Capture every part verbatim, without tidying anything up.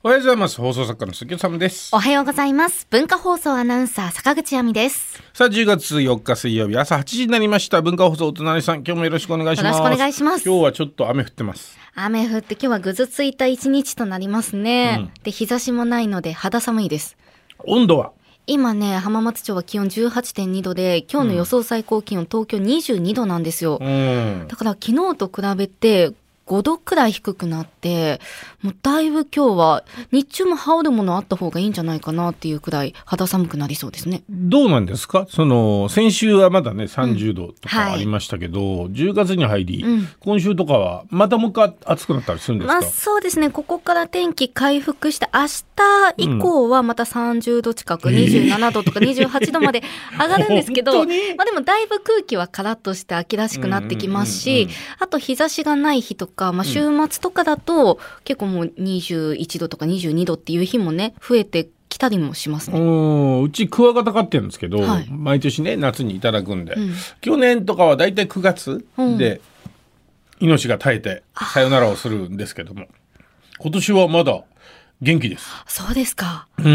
おはようございます。放送作家の杉尾さんです。 おはようございます。文化放送アナウンサー坂口亜美です。 さあじゅうがつよっか水曜日朝はちじになりました。文化放送お隣さん、今日もよろしくお願いします。 よろしくお願いします。 今日はちょっと雨降ってます。 雨降って今日はぐずついた一日となりますね、うん、で日差しもないので肌寒いです。 温度は今ね、浜松町は気温 じゅうはちてんにどで、今日の予想最高気温、うん、東京にじゅうにどなんですよ、うん、だから昨日と比べてごどくらい低くなって、もうだいぶ今日は日中も羽織るものあった方がいいんじゃないかなっていうくらい肌寒くなりそうですね。 どうなんですか？その先週はまだねさんじゅうどとかありましたけど、うんはい、じゅうがつに入り、うん、今週とかはまたもう一回暑くなったりするんですか？ まあ、そうですね、ここから天気回復して明日以降はまたさんじゅうど近く、うん、にじゅうななどとかにじゅうはちどまで上がるんですけど、まあ、でもだいぶ空気はカラッとして秋らしくなってきますし、うんうんうんうん、あと日差しがない日とかまあ、週末とかだと、うん、結構もうにじゅういちどとかにじゅうにどっていう日もね増えてきたりもしますね。 うちクワガタ飼ってるんですけど、はい、毎年ね夏にいただくんで、うん、去年とかはだいたいくがつで、うん、命が絶えてさよならをするんですけども、今年はまだ元気です。 そうですか、 うん、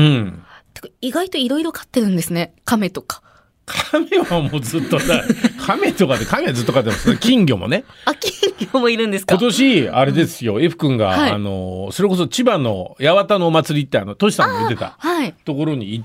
てか意外といろいろ飼ってるんですね。カメとかカメはもうずっとだカメとかでカメはずっと飼ってます。金魚もね。 あ、金魚もいるんですか？ 今年あれですよ、うん、F 君が、はい、あのそれこそ千葉の八幡のお祭りってあのトシさんも言ってた、はい、ところに行って、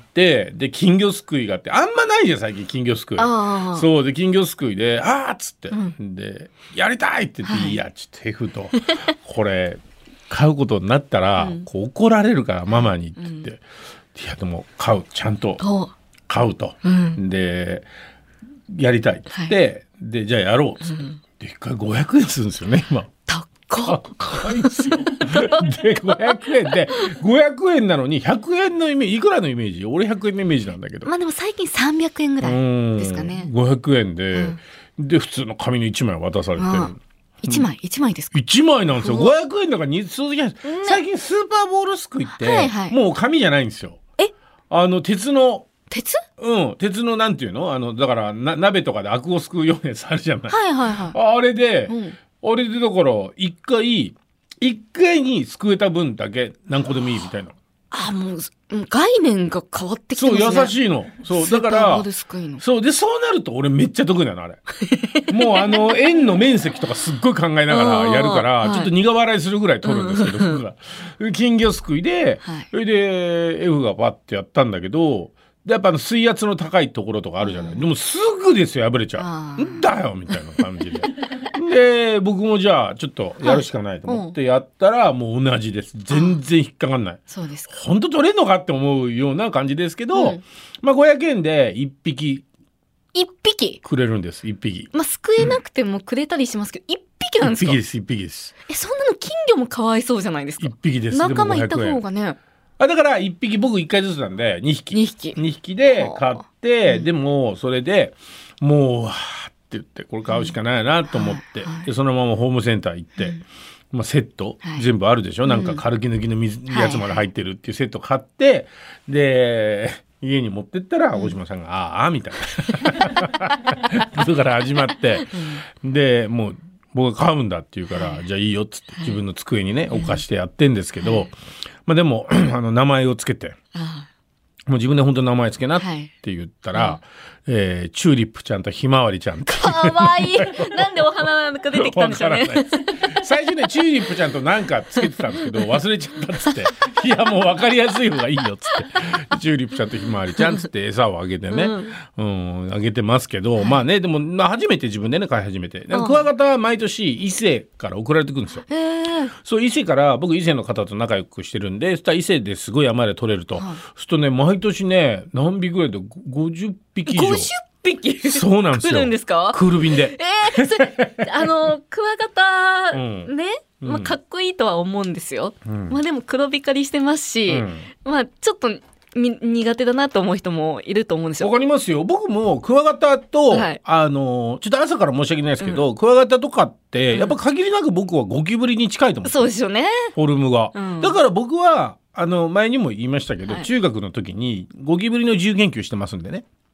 で金魚すくいがあって、あんまないじゃん最近金魚すくい。あそうで金魚すくいであーっつって、うん、でやりたいって言って、はい、いやちょっと F とこれ飼うことになったら、うん、こう怒られるからママにって言って、うん、いやでも飼うちゃんと買うと、うん、でやりたいって言って、はい、でじゃあやろうっつって、うん、でいっかいごひゃくえんするんですよね今。 高いですよでごひゃくえんでごひゃくえんなのにひゃくえんのイメージ、いくらのイメージ？俺ひゃくえんのイメージなんだけど、 まあでも最近さんびゃくえんぐらいですかね。 ごひゃくえんで、うん、で普通の紙のいちまい渡されて、 いちまいいちまいですか？ いちまいなんですよ。ごひゃくえんだからに続きない、ね、最近スーパーボールすくいって、はいはい、もう紙じゃないんですよ。えあの鉄の鉄うん鉄のなんていうの、あのだからな鍋とかでアクをすくうようなやつあるじゃない。 はいはいはい。 あれで、うん、あれでだから一回一回にすくえた分だけ何個でもいいみたいな。 あもう概念が変わってきてますね。 そう優しいの。そうだからそうでそうなると俺めっちゃ得意なのあれ。もうあの円の面積とかすっごい考えながらやるから、ちょっと苦笑いするぐらい取るんですけど、うん、金魚すくいで、はい、それで F がバッてやったんだけど、でやっぱ水圧の高いところとかあるじゃない、うん、でもすぐですよ破れちゃう。んだよみたいな感じでで僕もじゃあちょっとやるしかないと思ってやったら、もう同じです。全然引っかかんない。 そうですか。 本当取れんのかって思うような感じですけど、うん、まあごひゃくえんでいっぴきいっぴきくれるんです。いっぴき、 まあ、救えなくてもくれたりしますけど、うん、いっぴきなんですか？ いっぴきですいっぴきです。 えそんなの金魚もかわいそうじゃないですか。 いっぴきです。 仲間いた方がね。 あだからいっぴき僕いっかいずつなんでにひきにひきにひきで買って、うん、でもそれでもうわーって言ってこれ買うしかないなと思って、うんはいはい、でそのままホームセンター行って、うんまあ、セット、はい、全部あるでしょ、なんかカルキ抜きの水、うん、やつまで入ってるっていうセット買って、はいはい、で家に持ってったら大島さんが、うん、ああみたいなことから始まって、うん、でもう僕が買うんだって言うから、はい、じゃあいいよっつって自分の机にね、はい、置かしてやってんですけど、はいまあ、でもあの名前をつけてもう自分で本当に名前つけなって言ったら、はいえー、チューリップちゃんとひまわりちゃんかわいいなんでお花なんか出てきたんでしょうね最初ねチューリップちゃんとなんかつけてたんですけど忘れちゃったっつっていやもう分かりやすい方がいいよっつってチューリップちゃんとひまわりちゃんつって餌をあげてね、うんうん、あげてますけど、はい、まあねでも、まあ、初めて自分でね飼い始めてクワガタは毎年伊勢から送られてくるんですよ。そう伊勢から僕伊勢の方と仲良くしてるんで、そしたら伊勢ですごい山で取れると、はい、そうするとね毎年ね何匹ぐらいでごじゅっぴき以上ごじゅっぴきそうなんですよ。 来るんですか？ クール便で。 えー、それあのクワガタ、うん、ね、まあ、かっこいいとは思うんですよ、うん、まあでも黒光りしてますし、うん、まあちょっとみ苦手だなと思う人もいると思うんですよ。 わかりますよ。僕もクワガタと、はい、あのちょっと朝から申し訳ないですけど、うん、クワガタとかってやっぱ限りなく僕はゴキブリに近いと思う、うん、 そうですよねフォルムが、うん、だから僕はあの前にも言いましたけど、はい、中学の時にゴキブリの自由研究してますんでね。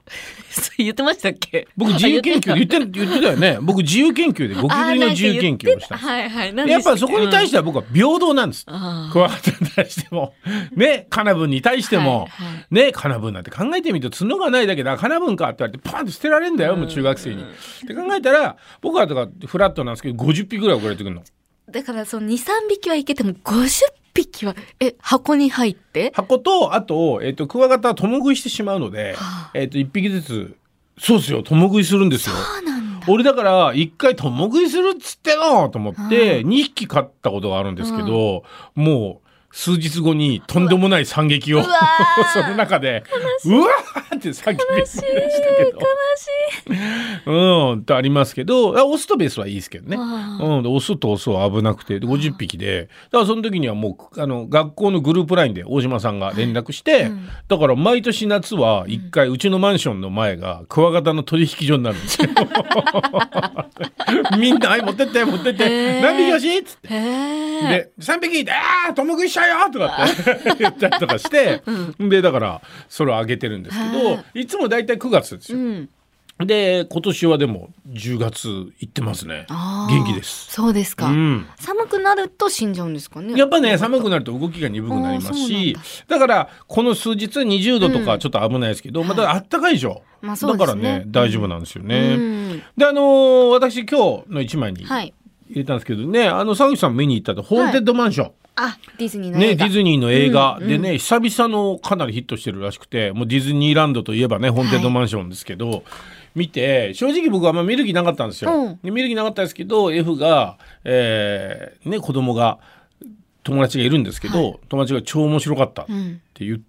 言ってましたっけ？ 僕自由研究で言って言ってたよね。僕自由研究でゴキブリの自由研究をしたんです。 はいはい。 やっぱそこに対しては僕は平等なんです。クワガタに対してもね、カナブンに対しても、はいはい、ね、カナブンなんて考えてみると角がないだけだ、カナブンかって言われてパンと捨てられるんだよ、もう中学生に。って考えたら僕はとかフラットなんですけどごじゅっぴきぐらい送られてくるの。 だからそのにさんびきはいけてもごじゅっぴきはえ箱に入って箱とあと、えー、とクワガタは共食いしてしまうので、はあ、えー、といっぴきずつそうですよ共食いするんですよ。 そうなんだ。 俺だからいっかい共食いするっつってのと思ってにひき飼ったことがあるんですけど、うん、もう数日後にとんでもない惨劇をその中でうわーって叫びましたけど、悲しいうんとありますけど、オスとメスはいいですけどね、うん、オスとオスは危なくてごじゅっぴきで、だからその時にはもうあの学校のグループラインで大島さんが連絡して、はいうん、だから毎年夏はいっかい、うん、うちのマンションの前がクワガタの取引所になるんですよみんな、はい、持ってって持ってって何匹欲しいっつってでさんびきであー共食いしちゃうよとかって言ったりとかして、うん、でだからそれをあげてるんですけど、いつもだいたいくがつですよ、うん、で今年はでもじゅうがつ行ってますね。元気です。 そうですか、うん、寒くなると死んじゃうんですかね。 やっぱね寒くなると動きが鈍くなりますし、だからこの数日にじゅうどとかちょっと危ないですけど、うん、またあったかいでしょ、はいまあそうですね、だからね大丈夫なんですよね、うん、であのー、私今日の一枚に入れたんですけどね、はい、あの沢口さん見に行ったとホーンテッドマンション、はいあディズニーの映画、 ね、ディズニーの映画でね、うんうん、久々のかなりヒットしてるらしくて、もうディズニーランドといえばねホーンテッドマンションですけど、はい、見て正直僕はあんま見る気なかったんですよ、うん、見る気なかったですけど F が、えーね、子供が友達がいるんですけど、はい、友達が超面白かったって言って、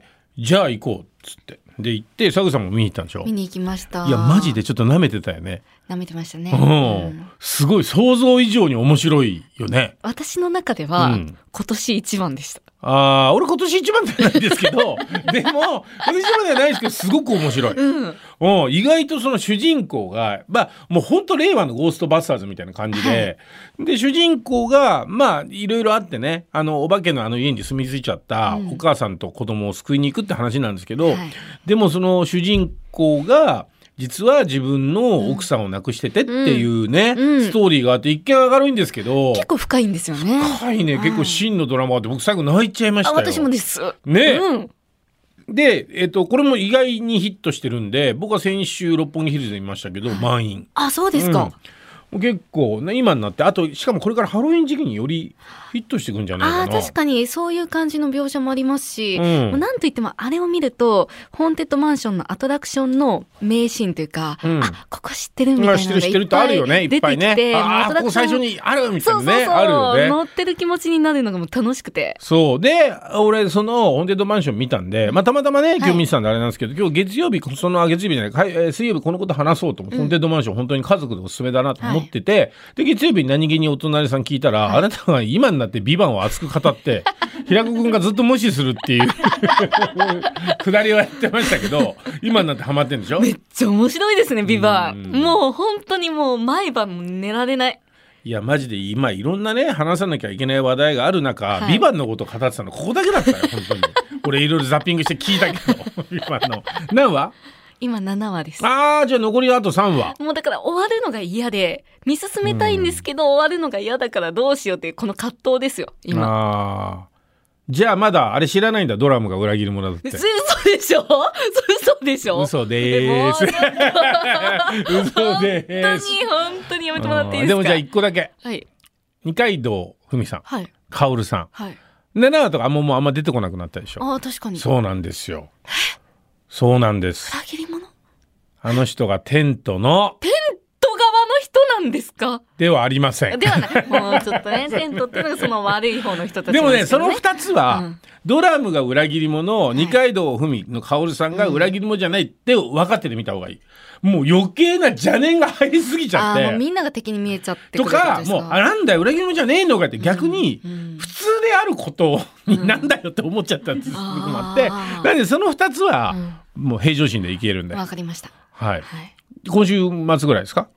うん、じゃあ行こうっつってで行ってサグさんも見に行ったんでしょ。 見に行きました。 いやマジでちょっと舐めてたよね。 舐めてましたね、 うんうん、すごい想像以上に面白いよね。 私の中では、うん、今年一番でした。 あ俺今年一番じゃないですけどでも今年一番ではないですけどすごく面白い、うんうん、意外とその主人公がまあもうほんと令和のゴーストバスターズみたいな感じで、はい、で主人公がまあいろいろあってねあのお化けのあの家に住み着いちゃったお母さんと子供を救いに行くって話なんですけど、うんはい、でもその主人公が実は自分の奥さんを亡くしててっていうね、うんうん、ストーリーがあって一見明るいんですけど結構深いんですよね。 深いね、結構真のドラマがあって僕最後泣いちゃいましたよ。 あ私もですね、うん、で、えーと、これも意外にヒットしてるんで僕は先週六本木ヒルズで見ましたけど満員。 あそうですか、 うん、結構、ね、今になってあとしかもこれからハロウィン時期によりヒットしていくんじゃないかな。 あ確かにそういう感じの描写もありますし、うん、もうなんといってもあれを見るとホーンテッドマンションのアトラクションの名シーンというか、うん、あここ知ってるみたいなのがいっぱい出てきて、知ってるとあるよねいっぱいねああここ最初にあるみたいなねそうそうそうあるよね。 乗ってる気持ちになるのがもう楽しくてそうで俺そのホーンテッドマンション見たんで、まあ、たまたまね今日見てたんであれなんですけど、はい、今日月曜日その月曜日じゃない水曜日このこと話そうと思って、うん、ホーンテッドマンション本当に家族でおすすめだなと思ってて、はい、で月曜日に何気にお隣さん聞いたら、はい、あなたが今になってビバンを熱く語って平子くんがずっと無視するっていうくだりをやってましたけど今になってハマってんでしょ。 めっちゃ面白いですねビバン。もう本当にもう毎晩も寝られない。 いやマジで今いろんなね話さなきゃいけない話題がある中、はい、ビバンのことを語ってたのここだけだったよ本当に俺いろいろザッピングして聞いたけどビバンの何話今ななわです。 あーじゃあ残りあとさんわ。 もうだから終わるのが嫌で見進めたいんですけど、うん、終わるのが嫌だからどうしようっていうこの葛藤ですよ今。 あじゃあまだあれ知らないんだドラムが裏切り者だって。 嘘でしょ嘘でしょ嘘でーす嘘でーす本当に本当にやめてもらっていいですか。 でもじゃあいっこだけ、 はい、 二階堂ふみさん、 はい、 カオルさん、 はい、 ななわとかもうもうあんま出てこなくなったでしょ。 あ確かにそうなんですよ。そうなんです。 裏切り者あの人がテントのテント側の人なんですか。 ではありません。 ではないもうちょっとねテントっていうのがその悪い方の人たち、ね、 でもねそのふたつは、うん、ドラムが裏切り者、はい、二階堂ふみのカオルさんが裏切り者じゃないって分かっててみた方がいい。もう余計な邪念が入りすぎちゃってあもうみんなが敵に見えちゃってとかもうあなんだよ裏切り者じゃねえのかって逆に普通であることになんだよって思っちゃったっていうのもあって、うん、なのでそのふたつはもう平常心でいけるんで。 わかりました。 はい、はい、今週末ぐらいですか。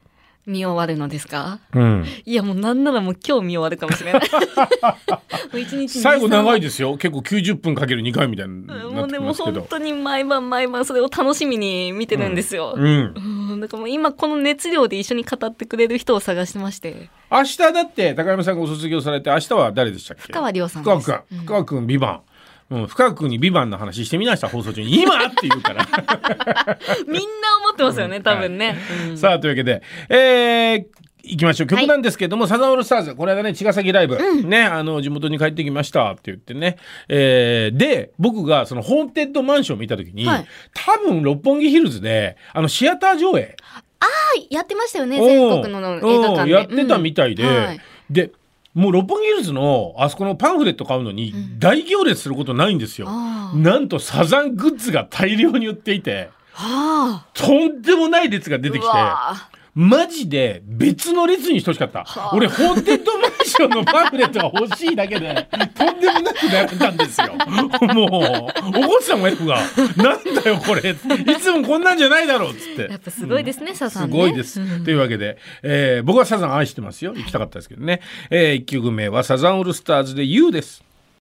見終わるのですか？ うん、 いやもうなんならもう今日見終わるかもしれないもう一日最後長いですよ。結構きゅうじゅっぷんかけるにかいみたいになってきますけど、 もうでも本当に毎晩毎晩それを楽しみに見てるんですよ、 うんうんうん、だからもう今この熱量で一緒に語ってくれる人を探してまして。 明日だって高山さんがご卒業されて、明日は誰でしたっけ？ 深川亮さんです。 深川君、深川君ビバン、うん、深川君にビバンの話してみました、放送中に。今って言うからみんな思ってますよね、多分ね、はいうん、 さあというわけで、えー行きましょう。曲なんですけども、はい、サザンオールスターズ、この間ね茅ヶ崎ライブ、うん、ねあの地元に帰ってきましたって言ってね、えー、で僕がそのホーンテッドマンションを見た時に、はい、多分六本木ヒルズであのシアター上映あやってましたよね、全国の映画館でやってたみたいで、 うんはい、 でもう六本木ヒルズのあそこのパンフレット買うのに大行列することないんですよ、うん、なんとサザングッズが大量に売っていて、はあ、とんでもない列が出てきて、マジで別の列に等しかった、はあ、俺ホーンテッドマンションのパンフレットが欲しいだけでとんでもなくなったんですよもう怒ってたもん F がなんだよこれいつもこんなんじゃないだろうっつって。 やっぱすごいですね、うん、サザンね。 すごいです、うん、というわけで、えー、僕はサザン愛してますよ。行きたかったですけどね、えー、いっきょくめはサザンオールスターズで You です。